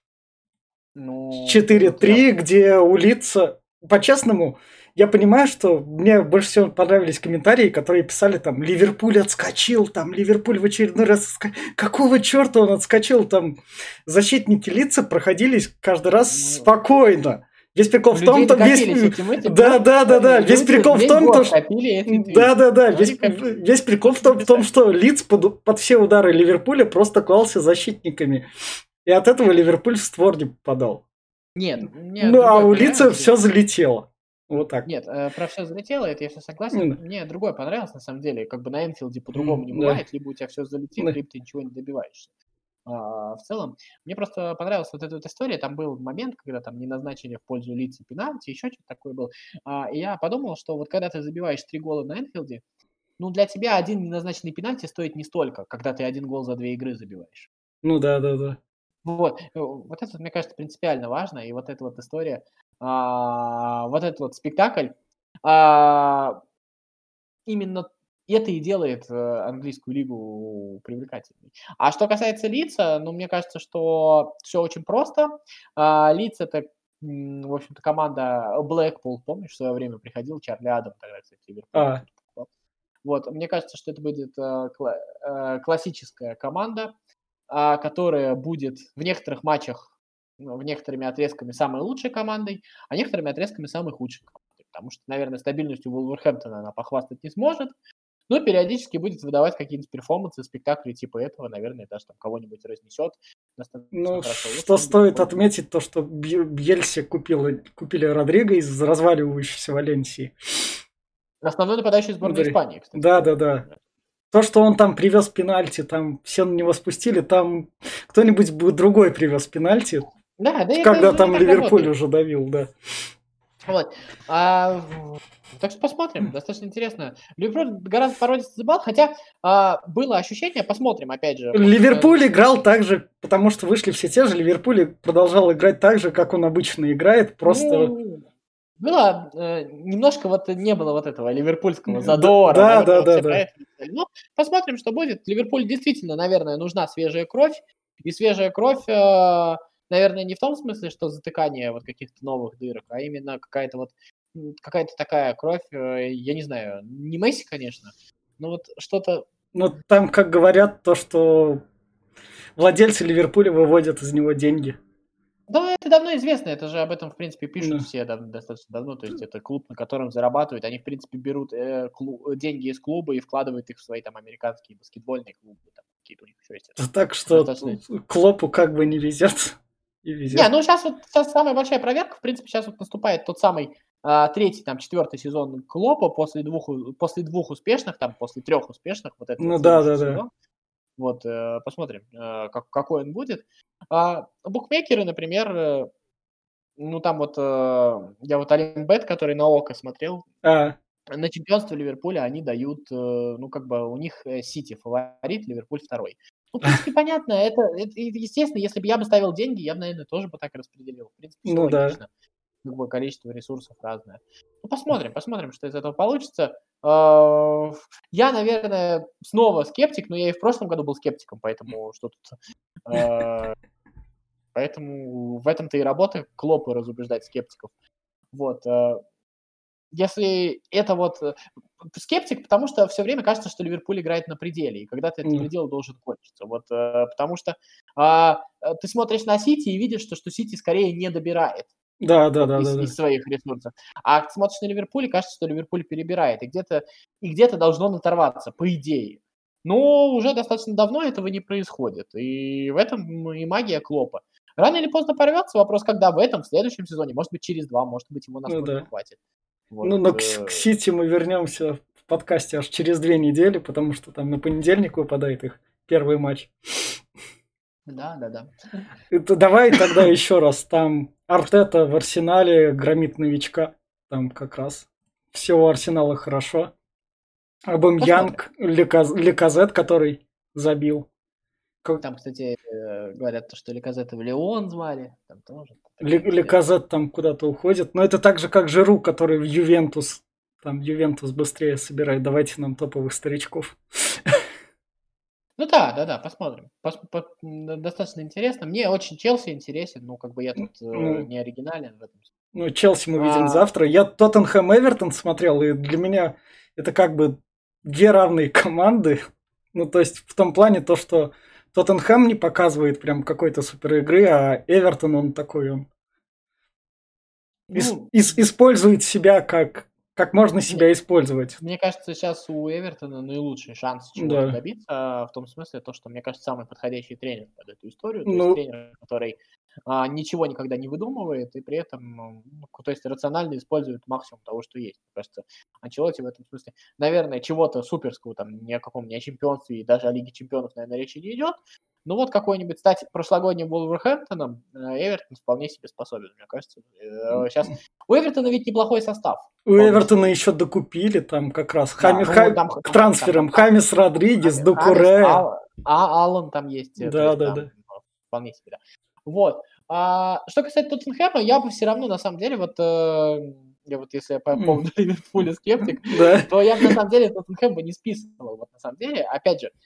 Speaker 2: 4-3, где у Лидса, по-честному, я понимаю, что мне больше всего понравились комментарии, которые писали там: Ливерпуль отскочил, там Ливерпуль в очередной раз отскочил. Какого черта он отскочил? Там защитники Лидса проходились каждый раз спокойно. Весь прикол в том, что весь прикол в том, что весь прикол в том, что Лидс под все удары Ливерпуля просто клался защитниками. И от этого Ливерпуль в створ не попадал.
Speaker 3: Нет,
Speaker 2: а у Лидса все залетело. Вот так.
Speaker 3: Нет, про все залетело, это я все согласен. Мне другое понравилось, на самом деле. Как бы на Энфилде по-другому не бывает. Либо у тебя все залетит, либо ты ничего не добиваешься. В целом, мне просто понравилась вот эта вот история. Там был момент, когда там не назначили в пользу Лидса пенальти, еще что-то такое было. И я подумал, что вот когда ты забиваешь 3 гола на Энфилде, ну, для тебя один неназначенный пенальти стоит не столько, когда ты 1 гол за 2 игры забиваешь.
Speaker 2: Ну да.
Speaker 3: Вот это, мне кажется, принципиально важно. И вот эта вот история, вот этот вот спектакль, именно это и делает английскую лигу привлекательной. А что касается Лидса, ну, мне кажется, что все очень просто. Лидс — это, в общем-то, команда Блэкпул, помнишь, в свое время приходил Чарли Адам, тогда, кстати, Ливерпуль. Вот, мне кажется, что это будет классическая команда, которая будет в некоторых матчах, в некоторыми отрезками самой лучшей командой, а некоторыми отрезками самой худшей командой. Потому что, наверное, стабильностью Вулверхэмптона она похвастать не сможет, но периодически будет выдавать какие-нибудь перформансы, спектакли типа этого, наверное, даже там кого-нибудь разнесет.
Speaker 2: Ну, что стоит отметить, то, что Бьельсе купили Родриго из разваливающейся Валенсии.
Speaker 3: Основной нападающий сборной Испании, кстати.
Speaker 2: Да. То, что он там привез пенальти, там все на него спустили, там кто-нибудь другой привез пенальти.
Speaker 3: Да,
Speaker 2: когда там Ливерпуль уже давил, да.
Speaker 3: Вот. Так что посмотрим, достаточно интересно. Ливерпуль гораздо породистый забал, хотя было ощущение, посмотрим, опять же.
Speaker 2: Ливерпуль играл так же, потому что вышли все те же, Ливерпуль продолжал играть так же, как он обычно играет, просто...
Speaker 3: Было немножко вот не было вот этого ливерпульского задора.
Speaker 2: Да.
Speaker 3: Ну, посмотрим, что будет. Ливерпуль действительно, наверное, нужна свежая кровь. И свежая кровь, наверное, не в том смысле, что затыкание вот каких-то новых дырок, а именно какая-то такая кровь, я не знаю, не Месси, конечно, но вот что-то...
Speaker 2: Ну, там, как говорят, то, что владельцы Ливерпуля выводят из него деньги.
Speaker 3: Да, это давно известно, это же об этом, в принципе, пишут все достаточно давно, то есть это клуб, на котором зарабатывают, они, в принципе, берут деньги из клуба и вкладывают их в свои там американские баскетбольные клубы, там какие-то у них еще есть.
Speaker 2: Так что Клопу как бы не везет.
Speaker 3: Не, ну сейчас самая большая проверка, в принципе, сейчас вот наступает тот самый третий, там, четвертый сезон Клопа после двух успешных, там, после 3 успешных, вот это сезон. Вот, посмотрим, какой он будет. Букмекеры, например, ну там вот, я вот Олимбет, который на Око смотрел, на чемпионство Ливерпуля они дают, ну как бы у них Сити фаворит, Ливерпуль второй. Ну, в принципе, понятно, это естественно, если бы я бы ставил деньги, я бы, наверное, тоже бы так распределил. В принципе, все логично. количество ресурсов разное. Ну, посмотрим, что из этого получится. Я, наверное, снова скептик, но я и в прошлом году был скептиком, поэтому что тут... Поэтому в этом-то и работа Клопа разубеждать скептиков. Вот. Если это скептик, потому что все время кажется, что Ливерпуль играет на пределе, и когда-то этот предел должен кончиться. Потому что ты смотришь на Сити и видишь, что Сити скорее не добирает из своих ресурсов. А ты смотришь на Ливерпуль, и кажется, что Ливерпуль перебирает, и где-то должно наторваться, по идее. Но уже достаточно давно этого не происходит. И в этом и магия Клопа. Рано или поздно порвется. Вопрос, когда в следующем сезоне, может быть, через 2, может быть, его настолько хватит.
Speaker 2: Но к Сити мы вернемся в подкасте аж через 2 недели, потому что там на понедельник выпадает их первый матч.
Speaker 3: Да.
Speaker 2: Давай тогда еще раз. Там Артета в Арсенале громит новичка. Там как раз все у Арсенала хорошо. Абамьянг, Леказет, который забил.
Speaker 3: Там, кстати, говорят, что Леказета в Лион звали. Там тоже.
Speaker 2: Леказет там куда-то уходит. Но это так же, как Жиру, который в Ювентус. Там Ювентус быстрее собирает. Давайте нам топовых старичков.
Speaker 3: Ну да, посмотрим. Достаточно интересно. Мне очень Челси интересен, я тут не оригинален в этом.
Speaker 2: Челси мы видим завтра. Я Тоттенхэм Эвертон смотрел, и для меня это как бы 2 равные команды. То есть в том плане то, что Тоттенхэм не показывает прям какой-то супер игры, а Эвертон, он такой, использует себя как можно себя использовать.
Speaker 3: Мне кажется, сейчас у Эвертона наилучший шанс чего-то добиться, в том смысле, что, мне кажется, самый подходящий тренер под эту историю. То есть тренер, который ничего никогда не выдумывает и при этом то есть рационально использует максимум того, что есть. Мне кажется, Анчелотти в этом смысле, наверное, чего-то суперского, ни о каком, ни о чемпионстве и даже о Лиге чемпионов, наверное, речи не идет. Какой-нибудь стать прошлогодним Вулверхэмптоном, Эвертон вполне себе способен, мне кажется. Сейчас у Эвертона ведь неплохой состав.
Speaker 2: У Эвертона еще докупили там как раз к трансферам Хамис Родригес, Дукуре.
Speaker 3: Аллан там есть.
Speaker 2: Да.
Speaker 3: Вполне себе, да. Вот. Что касается Тоттенхэма, я бы все равно, на самом деле, если я по поводу Ливерпуля скептик, то я бы, на самом деле, Тоттенхэм бы не списывал. На самом деле, опять же,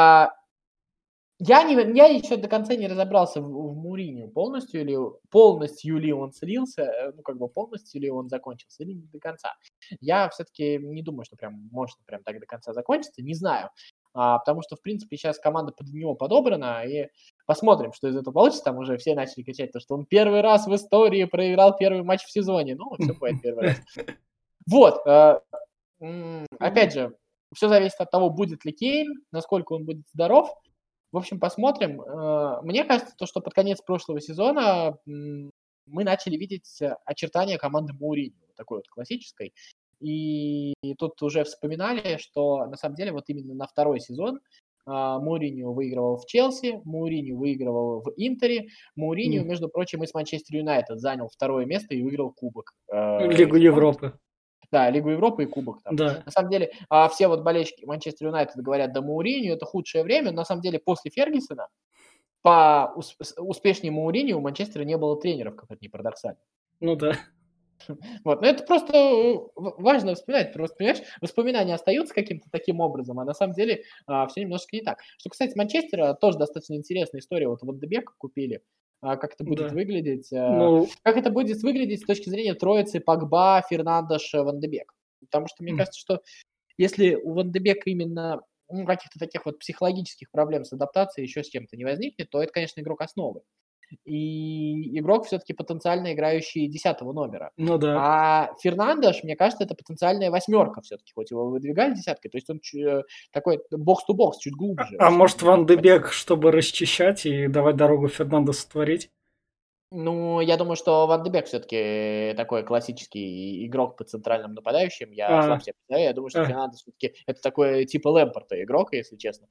Speaker 3: я еще до конца не разобрался в Муринью полностью ли он слился, полностью ли он закончился, или не до конца. Я все-таки не думаю, что прям может прям так до конца закончиться, не знаю. Потому что, в принципе, сейчас команда под него подобрана, и посмотрим, что из этого получится. Там уже все начали кричать, что он первый раз в истории проиграл первый матч в сезоне. Все бывает первый раз. Опять же, все зависит от того, будет ли Кейн, насколько он будет здоров. В общем, посмотрим. Мне кажется, что под конец прошлого сезона мы начали видеть очертания команды Мауриньо, такой классической. И тут уже вспоминали, что на самом деле именно на второй сезон Мауриньо выигрывал в Челси, Мауриньо выигрывал в Интере, Мауриньо, между прочим, и с Манчестер Юнайтед занял 2 место и выиграл кубок.
Speaker 2: Лигу Европы.
Speaker 3: Да, Лигу Европы и кубок.
Speaker 2: Да.
Speaker 3: На самом деле, все болельщики Манчестер Юнайтед говорят, да, Мауриньо это худшее время. На самом деле, после Фергюсона по успешнее Мауриньо у Манчестера не было тренеров, как это ни парадоксально.
Speaker 2: Да.
Speaker 3: Но это просто важно вспоминать. Просто, понимаешь, воспоминания остаются каким-то таким образом, а на самом деле все немножко не так. Что касается Манчестера, тоже достаточно интересная история. Ван де Бека купили. Как это будет выглядеть? Как это будет выглядеть с точки зрения троицы Погба, Фернандеш, Ван де Бек? Потому что мне кажется, что если у Ван де Бека именно каких-то таких психологических проблем с адаптацией, еще с чем-то не возникнет, то это, конечно, игрок основы. И игрок все-таки потенциально играющий 10-го номера. А Фернандеш, мне кажется, это потенциальная 8-ка все-таки, хоть его выдвигали 10-кой, то есть он такой бокс-то-бокс, чуть глубже.
Speaker 2: А может Ван де Бек, чтобы расчищать и давать дорогу Фернандесу творить?
Speaker 3: Я думаю, что Ван де Бек все-таки такой классический игрок по центральным нападающим. Я слабо себе представляю. Я думаю, что Фернандес все-таки это такой типа Лэмпорта игрок, если честно.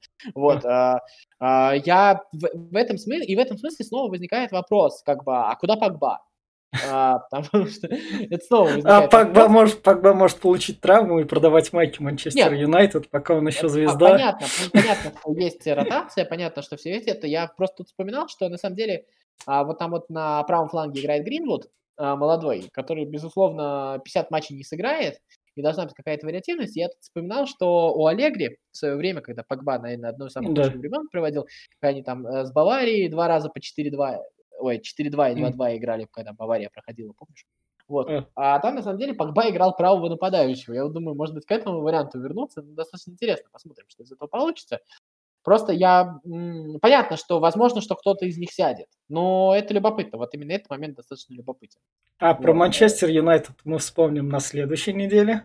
Speaker 3: Я в этом смысле снова возникает вопрос, а куда Погба? Потому что это снова возникает
Speaker 2: Погба может получить травму и продавать майки Манчестер Юнайтед, пока он еще звезда.
Speaker 3: Понятно, что есть ротация, понятно, что все это. Я просто тут вспоминал, что на самом деле там на правом фланге играет Гринвуд, молодой, который, безусловно, 50 матчей не сыграет, и должна быть какая-то вариативность. Я тут вспоминал, что у Аллегри в свое время, когда Погба, наверное, одно из самых лучших
Speaker 2: Да.
Speaker 3: времен проводил, когда они там с Баварией 2 раза по 4-2, ой, 4-2 и
Speaker 2: М.
Speaker 3: 2-2 играли, когда Бавария проходила, помнишь? Вот.
Speaker 2: А.
Speaker 3: А там, на самом деле, Погба играл правого нападающего. Я вот думаю, может быть, к этому варианту вернуться. Достаточно интересно. Посмотрим, что из этого получится. Просто понятно, что возможно, что кто-то из них сядет, но это любопытно. Вот именно этот момент достаточно любопытен.
Speaker 2: А про
Speaker 3: Вот.
Speaker 2: Манчестер Юнайтед мы вспомним на следующей неделе.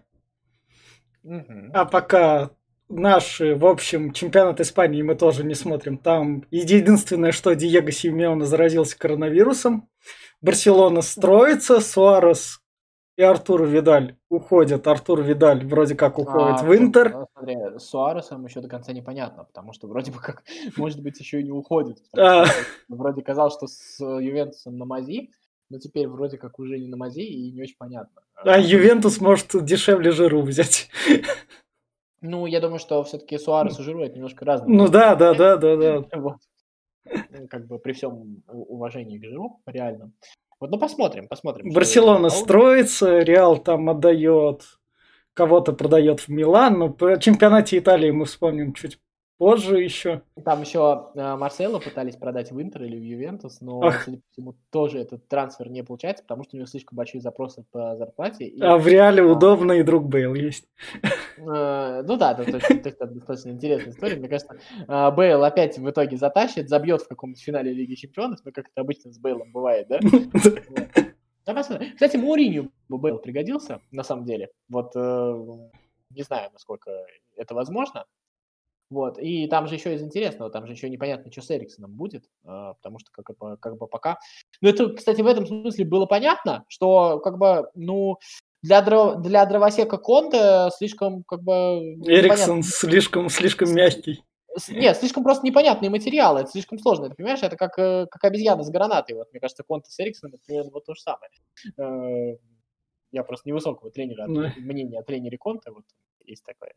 Speaker 3: Мгм.
Speaker 2: А пока в общем, чемпионат Испании мы тоже не смотрим. Там единственное, что Диего Симеоне заразился коронавирусом. Барселона строится, Суарес и Артур Видаль уходят. Артур Видаль вроде как уходит в
Speaker 3: Причем,
Speaker 2: Интер.
Speaker 3: смотри, с Суаресом еще до конца непонятно, потому что вроде бы как, может быть, еще и не уходит, потому
Speaker 2: А,
Speaker 3: что вроде казалось, что с Ювентусом на мази, но теперь вроде как уже не на мази и не очень понятно.
Speaker 2: а Ювентус может дешевле Жиру взять.
Speaker 3: Ну, я думаю, что все-таки Суарес и Жиру это немножко разные
Speaker 2: Ну
Speaker 3: уровни.
Speaker 2: да, да, да, да, да.
Speaker 3: Вот. Как бы при всем уважении к Жиру, реально. Вот, ну посмотрим, что из этого
Speaker 2: Барселона
Speaker 3: получится.
Speaker 2: строится, Реал там отдает, кого-то продает в Милан. Но по чемпионате Италии мы вспомним чуть позже еще.
Speaker 3: Там еще Марсело пытались продать в Интер или в Ювентус, но,
Speaker 2: Ах,
Speaker 3: судя по всему, тоже этот трансфер не получается, потому что у него слишком большие запросы по зарплате.
Speaker 2: а
Speaker 3: И,
Speaker 2: в Реале
Speaker 3: а,
Speaker 2: удобно и друг Бейл есть.
Speaker 3: ну да, это достаточно интересная история. Мне кажется, Бейл опять в итоге затащит, забьет в каком-нибудь финале Лиги Чемпионов, ну как это обычно с Бейлом бывает, да? Вот. Ну, посмотрим. Кстати, Мауринью бы Бейл пригодился, на самом деле. Вот не знаю, насколько это возможно. Вот, и там же еще из интересного, там же еще непонятно, что с Эриксоном будет, потому что как бы пока... Ну, это, кстати, в этом смысле было понятно, что как бы, ну, для дровосека Конте слишком как бы
Speaker 2: Эриксон
Speaker 3: непонятно.
Speaker 2: слишком мягкий.
Speaker 3: Нет, слишком просто непонятные материалы, это слишком сложно, ты понимаешь, это как обезьяна с гранатой, вот, мне кажется, Конте с Эриксоном это примерно вот то же самое. Э, Я просто невысокого тренера,
Speaker 2: Ну,
Speaker 3: мнения о тренере Конте, вот, есть такое.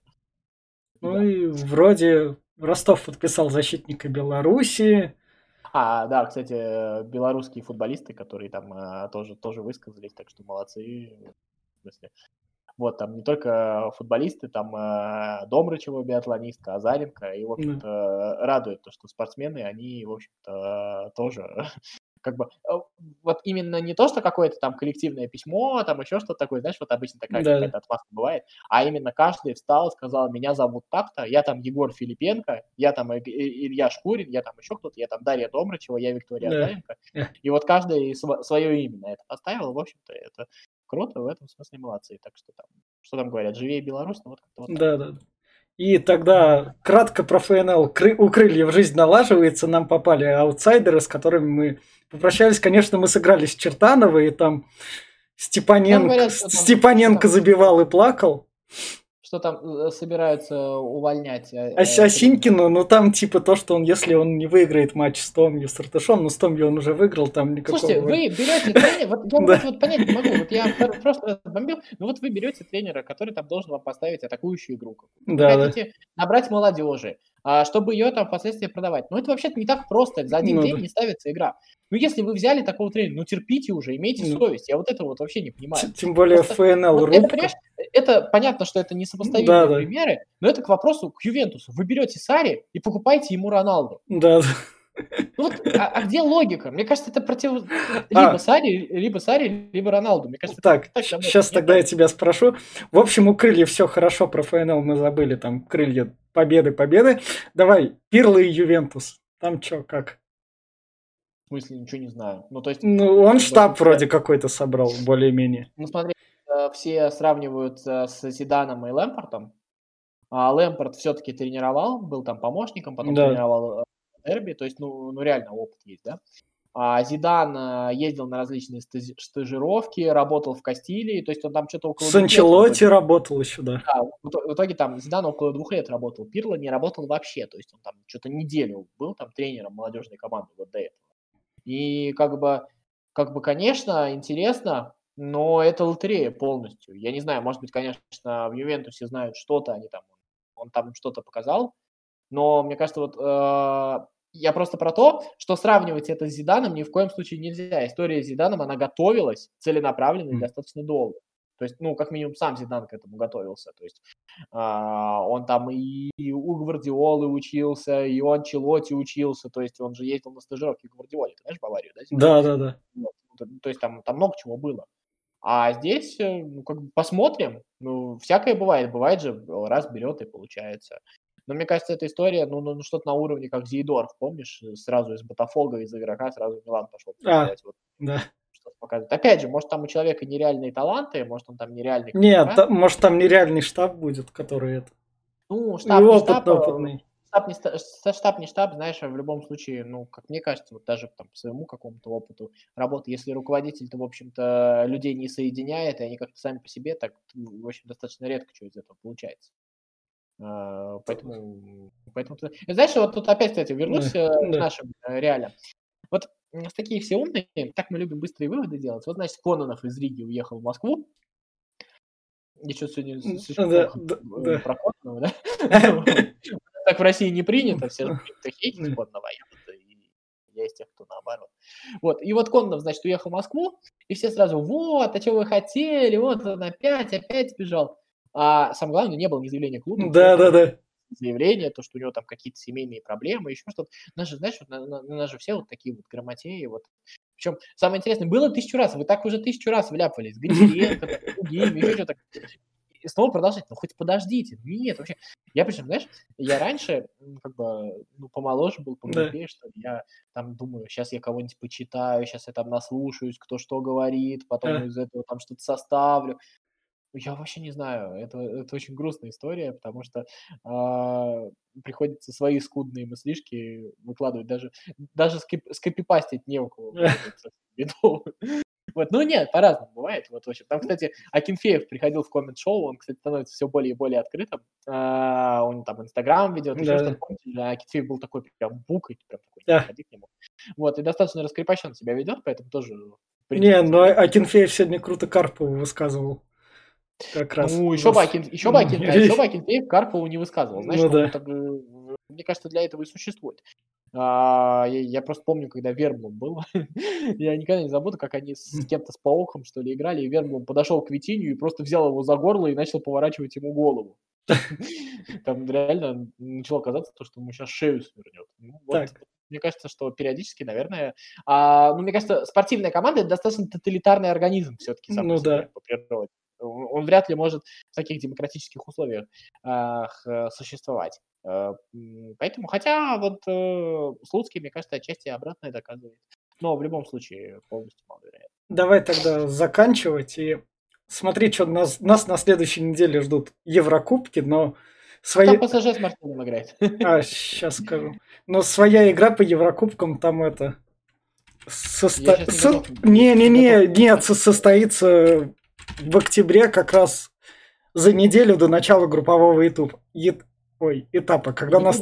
Speaker 3: И
Speaker 2: ну
Speaker 3: да.
Speaker 2: и вроде Ростов подписал защитника Белоруссии.
Speaker 3: Да, кстати, белорусские футболисты, которые там тоже высказались, так что молодцы. В смысле. Вот, там не только футболисты, там Домрачева, биатлонистка, Азаренко, и, в
Speaker 2: Ну,
Speaker 3: общем-то, радует то, что спортсмены, они, в общем-то, тоже как бы вот именно не то, что какое-то там коллективное письмо, там еще что-то такое, знаешь, вот обычно такая
Speaker 2: да,
Speaker 3: какая-то отмазка бывает, а именно каждый встал, сказал, меня зовут так-то, я там Егор Филипенко, я там Илья Шкурин, я там еще кто-то, я там Дарья Домрачева, я Виктория
Speaker 2: да.
Speaker 3: Азаренко, и вот каждый свое имя на это поставил, в общем-то, это круто, в этом смысле молодцы, так что там, что там говорят, живее Беларусь, ну вот как-то вот так.
Speaker 2: Да, да. И тогда кратко про ФНЛ. У Крыльев жизнь налаживается, нам попали аутсайдеры, с которыми мы попрощались. Конечно, мы сыграли с Чертановой, и там
Speaker 3: Там
Speaker 2: Степаненко,
Speaker 3: говорят,
Speaker 2: Степаненко забивал и плакал.
Speaker 3: что там собираются увольнять
Speaker 2: А
Speaker 3: тренера.
Speaker 2: Синькину, ну там типа то, что если он не выиграет матч с Томью, с Иртышом, ну с Томью он уже выиграл, там
Speaker 3: Слушайте,
Speaker 2: никакого...
Speaker 3: вы берете тренера, вот я вот
Speaker 2: Да,
Speaker 3: это вот понять не могу, вот я просто раз бомбил, но вот вы берете тренера, который там должен вам поставить атакующую игру какую-то. Вы
Speaker 2: да, да.
Speaker 3: хотите набрать молодежи, чтобы ее там впоследствии продавать. Но это вообще-то не так просто, за один
Speaker 2: Ну
Speaker 3: день
Speaker 2: да.
Speaker 3: не ставится игра. Ну если вы взяли такого тренера, ну терпите уже, имейте
Speaker 2: Ну,
Speaker 3: совесть. Я вот этого вот вообще не понимаю.
Speaker 2: тем более
Speaker 3: Просто
Speaker 2: ФНЛ
Speaker 3: вот это,
Speaker 2: рубка.
Speaker 3: понимаешь, это понятно, что это
Speaker 2: Да,
Speaker 3: несопоставимые
Speaker 2: да.
Speaker 3: примеры, но это к вопросу к Ювентусу. Вы берете Сари и покупаете ему Роналду.
Speaker 2: Да, да.
Speaker 3: Ну вот, где логика? Мне кажется, это либо
Speaker 2: А,
Speaker 3: Сари, либо Роналду. Мне кажется, это
Speaker 2: так,
Speaker 3: так давно
Speaker 2: сейчас
Speaker 3: не
Speaker 2: тогда
Speaker 3: так.
Speaker 2: я тебя спрошу. В общем, у Крыльев все хорошо, про ФНЛ мы забыли, там Крылья победы, победы. Давай, Пирло и Ювентус. Там чё, как?
Speaker 3: В смысле, ничего не знаю. Ну, то есть,
Speaker 2: Ну, он
Speaker 3: как бы,
Speaker 2: штаб вроде какой-то собрал, более-менее.
Speaker 3: ну, смотри, все сравнивают с Зиданом и Лэмпортом. А Лэмпорт все-таки тренировал, был там помощником, потом
Speaker 2: Да.
Speaker 3: тренировал Дерби, то есть, ну реально опыт есть, да? А Зидан ездил на различные стажировки, работал в Кастилии, то есть он там что-то около
Speaker 2: С
Speaker 3: 2 лет в
Speaker 2: Анчелотти
Speaker 3: итоге.
Speaker 2: работал еще, да.
Speaker 3: Да, в итоге там Зидан около 2 лет работал, Пирло не работал вообще, то есть он там что-то неделю был там тренером молодежной команды вот до этого. И как бы, конечно, интересно, но это лотерея полностью. Я не знаю, может быть, конечно, в Ювентусе знают что-то, они там, он там что-то показал, но мне кажется, вот Я просто про то, что сравнивать это с Зиданом ни в коем случае нельзя. История с Зиданом, она готовилась целенаправленно и достаточно долго. То есть, ну, как минимум, сам Зидан к этому готовился. То есть он там и у Гвардиолы учился, и у Анчелотти учился. То есть он же ездил на стажировки к Гвардиоле. Ты знаешь Баварию, да?
Speaker 2: Да.
Speaker 3: Вот. То есть там много чего было. А здесь, ну, как бы посмотрим. Ну, всякое бывает. Бывает же, раз берет и получается. Но мне кажется, эта история, ну что-то на уровне, как Зейдорф, помнишь? Сразу из Ботафога, из игрока сразу в Милан пошел тренировать. Вот
Speaker 2: Да.
Speaker 3: что-то показывает. Опять же, может, там у человека нереальные таланты, может, он там нереальный
Speaker 2: Нет,
Speaker 3: коммуникатор.
Speaker 2: может там нереальный штаб будет, который это...
Speaker 3: Ну,
Speaker 2: И
Speaker 3: штаб не штаб,
Speaker 2: опытный.
Speaker 3: штаб не штаб, знаешь, в любом случае, ну, как мне кажется, вот даже там по своему какому-то опыту работы, если руководитель-то, в общем-то, людей не соединяет, и они как-то сами по себе, так, в общем, достаточно редко что из этого получается. Поэтому, знаешь, вот тут опять, кстати, вернусь к нашим реалиям. Вот такие все умные, так мы любим быстрые выводы делать. Вот, значит, Кононов из Риги уехал в Москву. Еще сегодня слишком много про Кононова, да? Так в России не принято, все же принято хейтить Кононова, я из тех, кто наоборот. Вот, и вот Кононов, значит, уехал в Москву, и все сразу, вот, а что вы хотели, вот он опять сбежал. А самое главное, не было ни заявления клуба,
Speaker 2: Да.
Speaker 3: заявление, то, что у него там какие-то семейные проблемы, еще что-то. Нас же, знаешь, нас же все вот такие вот грамотеи, вот. Причем самое интересное, было 1000 раз, вы так уже 1000 раз вляпались, с Гончаренко, с другими, еще что-то. И снова продолжать, ну хоть подождите, нет, вообще. Я причем, знаешь, я раньше, как бы, ну, помоложе был, поглупее, что ли, я там думаю, сейчас я кого-нибудь почитаю, сейчас я там наслушаюсь, кто что говорит, потом из этого там что-то составлю. Я вообще не знаю, это очень грустная история, потому что приходится свои скудные мыслишки выкладывать, даже скопипастить не у кого. Вот это совсем бедово. Вот, ну нет, по-разному бывает. Вот, в общем, там, кстати, Акинфеев приходил в коммент-шоу, он, кстати, становится все более и более открытым. Он там Инстаграм ведет, еще что-то. Помните, Акинфеев был такой прям букой, прям такой, не подходи к нему. Вот, и достаточно раскрепощенно себя ведет, поэтому тоже, в принципе,
Speaker 2: Не, но Акинфеев сегодня круто Карпову высказывал. Как раз.
Speaker 3: Ну, еще бы Акинфеев Карпову не высказывал. Знаешь, мне кажется, для этого и существует. Я просто помню, когда Верблум был, я никогда не забуду, как они с кем-то, с Паохом, что ли, играли, и Верблум подошел к Витинью и просто взял его за горло и начал поворачивать ему голову. Там реально начало казаться, что ему сейчас шею свернет. Ну, вот, мне кажется, что периодически, наверное... мне кажется, спортивная команда – это достаточно тоталитарный организм все-таки сам по себе, по природе. Он вряд ли может в таких демократических условиях существовать. Поэтому, хотя вот Слуцкий, мне кажется, отчасти обратное доказывает. Но в любом случае полностью маловероятно.
Speaker 2: Давай тогда заканчивать и смотри, что нас на следующей неделе ждут Еврокубки, но
Speaker 3: Там ПСЖ с Марселем играет.
Speaker 2: Сейчас скажу. Но своя игра по Еврокубкам там это... Нет, состоится в октябре как раз за неделю до начала группового этапа,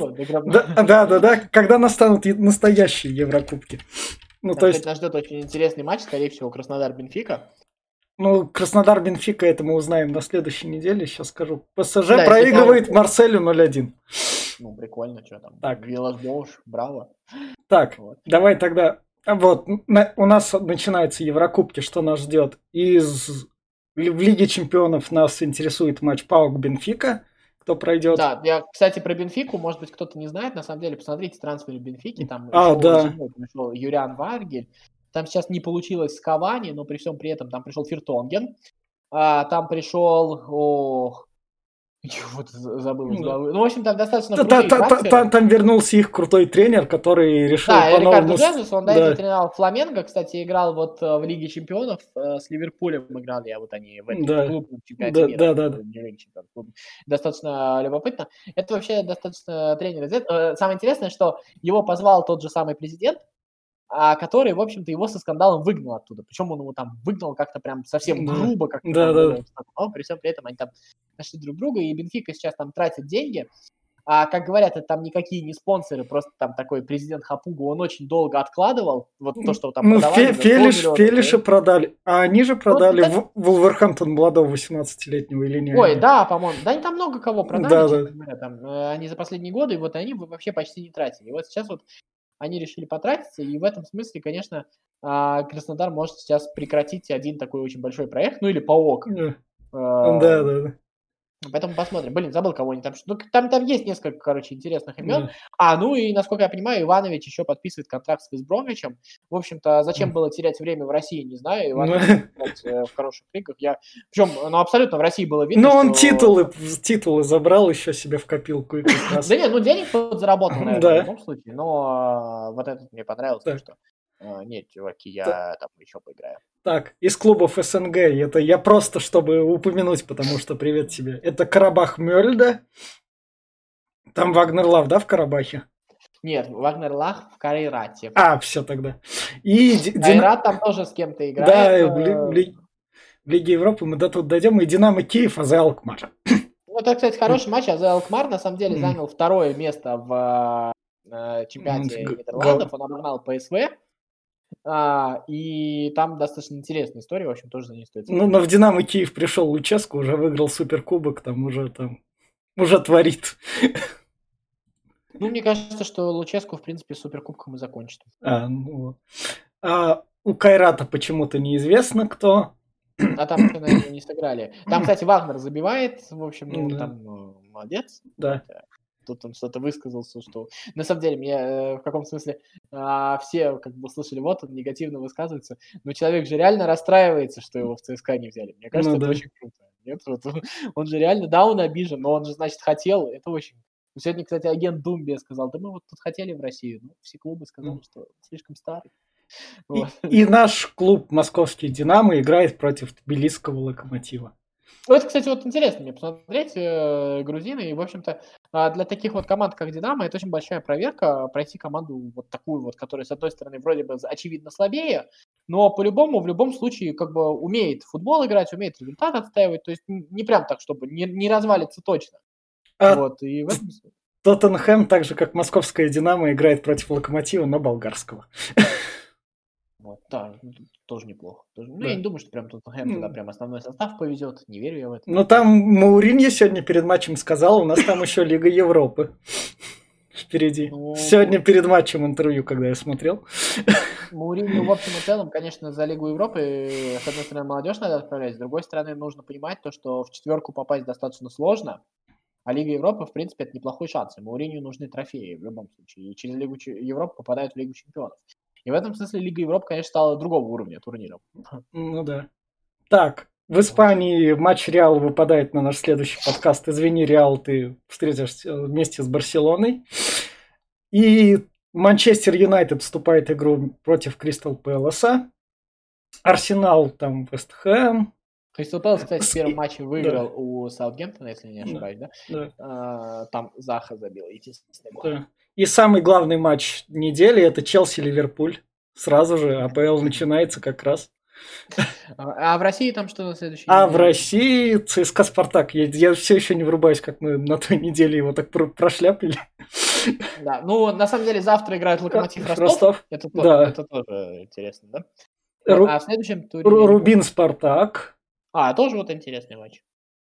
Speaker 2: когда настанут настоящие Еврокубки.
Speaker 3: Ну, то есть нас ждет очень интересный матч, скорее всего, Краснодар-Бенфика.
Speaker 2: Ну, Краснодар-Бенфика, это мы узнаем на следующей неделе, сейчас скажу. ПСЖ проигрывает Марселю 0-1.
Speaker 3: Ну, прикольно, что там. Виллас-Боуш, браво.
Speaker 2: Так, давай тогда... Вот, у нас начинаются Еврокубки, что нас ждет. В Лиге Чемпионов нас интересует матч ПАОК-Бенфика. Кто пройдет?
Speaker 3: Да, кстати, про Бенфику, может быть, кто-то не знает, на самом деле, посмотрите трансферы Бенфики, там пришел Юриан Варгель, там сейчас не получилось с Кавани, но при всем при этом там пришел Фертонген, там пришел, вот забыл из головы. Ну, в общем, там достаточно крутые трансферы.
Speaker 2: Там вернулся их крутой тренер, который решил по-новому...
Speaker 3: Рикардо Джезус, он до этого тренировал Фламенго, кстати, играл вот в Лиге Чемпионов, с Ливерпулем играли, вот они в этом клубном чемпионате мира. Достаточно любопытно. Это вообще достаточно тренер. Самое интересное, что его позвал тот же самый президент, который, в общем-то, его со скандалом выгнал оттуда. Причем он его там выгнал как-то прям совсем грубо, как-то но при всем при этом они там нашли друг друга, и Бенфика сейчас там тратит деньги. Как говорят, это там никакие не спонсоры, просто там такой президент Хапугу, он очень долго откладывал вот то, что там продавали.
Speaker 2: Фелиша продали, а они же продали Вулверхэмптон молодого 18-летнего или нет?
Speaker 3: Ой, да, по-моему. Да, они там много кого продали, честно говоря. Там, они за последние годы, вот они вообще почти не тратили. И вот сейчас вот они решили потратиться, и в этом смысле, конечно, Краснодар может сейчас прекратить один такой очень большой проект, ну или ПАОК.
Speaker 2: Да.
Speaker 3: Поэтому посмотрим. Блин, забыл, кого они там. Ну, там есть несколько, короче, интересных имен.
Speaker 2: Да.
Speaker 3: Ну и, насколько я понимаю, Иванович еще подписывает контракт с Вестбромвичем. В общем-то, зачем было терять время в России, не знаю. Иванович может играть в хороших лигах. Причем, абсолютно в России было видно,
Speaker 2: он
Speaker 3: что...
Speaker 2: титулы забрал еще себе в копилку. И как раз...
Speaker 3: Да нет, денег подзаработал, наверное,
Speaker 2: Да.
Speaker 3: в любом случае. Но вот этот мне понравился, что... Нет, чуваки, я там еще поиграю.
Speaker 2: Так, из клубов СНГ, это я просто, чтобы упомянуть, потому что привет тебе. Это Карабах Мёльда. Там Вагнер Лав, да, в Карабахе?
Speaker 3: Нет, Вагнер Лав в Кайрате.
Speaker 2: Все тогда. И
Speaker 3: Кайрат там тоже с кем-то играет.
Speaker 2: Да, в Лиге Европы мы до тут дойдем. И Динамо Киев, АЗ Алкмар.
Speaker 3: Это, кстати, хороший матч. АЗ Алкмар, на самом деле, занял второе место в чемпионате Нидерландов. Он обогнал ПСВ. И там достаточно интересная история, в общем, тоже за ней стоит.
Speaker 2: Но в Динамо Киев пришел Луческу, уже выиграл Суперкубок, там уже творит.
Speaker 3: Мне кажется, что Луческу, в принципе, Суперкубком и закончит.
Speaker 2: У Кайрата почему-то неизвестно кто.
Speaker 3: Там еще, наверное, не сыграли. Там, кстати, Вагнер забивает, в общем, там молодец.
Speaker 2: Да.
Speaker 3: Тут он что-то высказался, что... На самом деле, мне в каком смысле все как бы слышали, вот он негативно высказывается, но человек же реально расстраивается, что его в ЦСКА не взяли. Мне кажется, это очень круто. Нет? Он же реально, он обижен, но он же, значит, хотел. Это очень... Сегодня, кстати, агент Думбия сказал, да мы вот тут хотели в Россию. Все клубы сказали, что слишком старый.
Speaker 2: И наш клуб московский «Динамо» играет против тбилисского «Локомотива».
Speaker 3: Это, кстати, вот интересно мне посмотреть, грузины, и, в общем-то, для таких вот команд, как «Динамо», это очень большая проверка, пройти команду вот такую вот, которая, с одной стороны, вроде бы очевидно слабее, но по-любому, в любом случае, как бы умеет в футбол играть, умеет результат отстаивать, то есть не прям так, чтобы не развалится точно. И в этом...
Speaker 2: Тоттенхэм, так же, как московская «Динамо», играет против «Локомотива», но болгарского.
Speaker 3: Да, тоже неплохо. Я не думаю, что прям Тоттенхэм туда прям основной состав повезет. Не верю я в это.
Speaker 2: Там Мауриньо сегодня перед матчем сказал, у нас там еще Лига Европы впереди. Сегодня перед матчем интервью, когда я смотрел.
Speaker 3: Мауриньо в общем и целом, конечно, за Лигу Европы, с одной стороны, молодежь надо отправлять, с другой стороны, нужно понимать то, что в четверку попасть достаточно сложно, а Лига Европы, в принципе, это неплохой шанс. И Мауриньо нужны трофеи в любом случае. И через Лигу Европы попадают в Лигу Чемпионов. И в этом смысле Лига Европы, конечно, стала другого уровня турниром.
Speaker 2: Да. Так, в Испании матч Реала выпадает на наш следующий подкаст. Извини, Реал, ты встретишься вместе с Барселоной. И Манчестер Юнайтед вступает в игру против Кристал Пэласа. Арсенал там Вест Хэм.
Speaker 3: Кристал Пэлас, кстати, в первом матче выиграл у Саутгемптона, если не ошибаюсь,
Speaker 2: да?
Speaker 3: Там Заха забил, единственный гол.
Speaker 2: Да. И самый главный матч недели – это Челси-Ливерпуль. Сразу же АПЛ начинается как раз.
Speaker 3: А в России там что на следующей
Speaker 2: неделе? В России ЦСКА «Спартак». Я все еще не врубаюсь, как мы на той неделе его так прошляпили.
Speaker 3: Да, на самом деле завтра играет Локомотив Ростов. Это тоже интересно, да? А в следующем туре...
Speaker 2: Рубин «Спартак».
Speaker 3: Тоже вот интересный матч.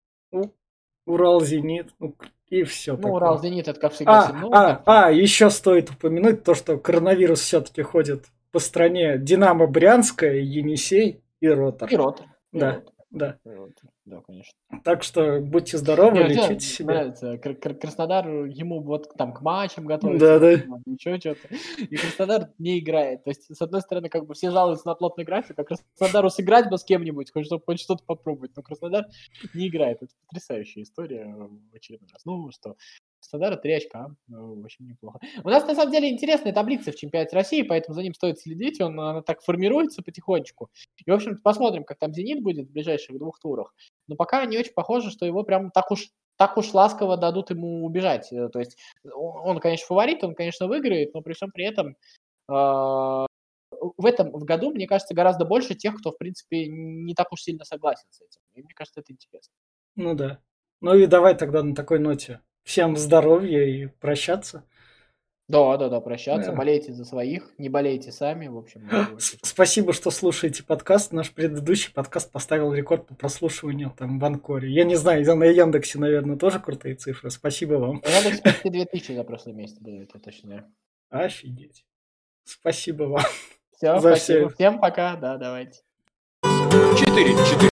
Speaker 2: Урал-Зенит. И все.
Speaker 3: Урал-Зенит, это как всегда
Speaker 2: еще стоит упомянуть то, что коронавирус все-таки ходит по стране. Динамо Брянская, Енисей и Ротор. Да,
Speaker 3: конечно.
Speaker 2: Так что будьте здоровы, лечите себя.
Speaker 3: Краснодар, ему вот там к матчам готовится.
Speaker 2: Да.
Speaker 3: Еще что-то. И Краснодар не играет. То есть, с одной стороны, как бы все жалуются на плотный график, а Краснодару сыграть бы с кем-нибудь, хоть что-то попробовать. Но Краснодар не играет. Это потрясающая история в очередной раз. Что Краснодара 3 очка. Очень неплохо. У нас, на самом деле, интересная таблица в чемпионате России, поэтому за ним стоит следить. Она так формируется потихонечку. И, в общем-то, посмотрим, как там «Зенит» будет в ближайших 2 турах. Но пока не очень похоже, что его прям так уж ласково дадут ему убежать. То есть он, конечно, фаворит, он, конечно, выиграет, но при всем при этом в году, мне кажется, гораздо больше тех, кто, в принципе, не так уж сильно согласен с этим. И мне кажется, это интересно.
Speaker 2: Да. И давай тогда на такой ноте. Всем здоровья и прощаться.
Speaker 3: Да, прощаться. Болейте за своих, не болейте сами, в общем.
Speaker 2: Спасибо, что слушаете подкаст. Наш предыдущий подкаст поставил рекорд по прослушиванию там в Анкоре. Я не знаю, на Яндексе, наверное, тоже крутые цифры. Спасибо вам.
Speaker 3: На Яндексе почти 2000 за прошлый месяц было, это точно.
Speaker 2: Офигеть. Спасибо вам
Speaker 3: Все,
Speaker 2: за
Speaker 3: спасибо.
Speaker 2: все.
Speaker 3: Всем пока. Да, давайте.
Speaker 1: 4.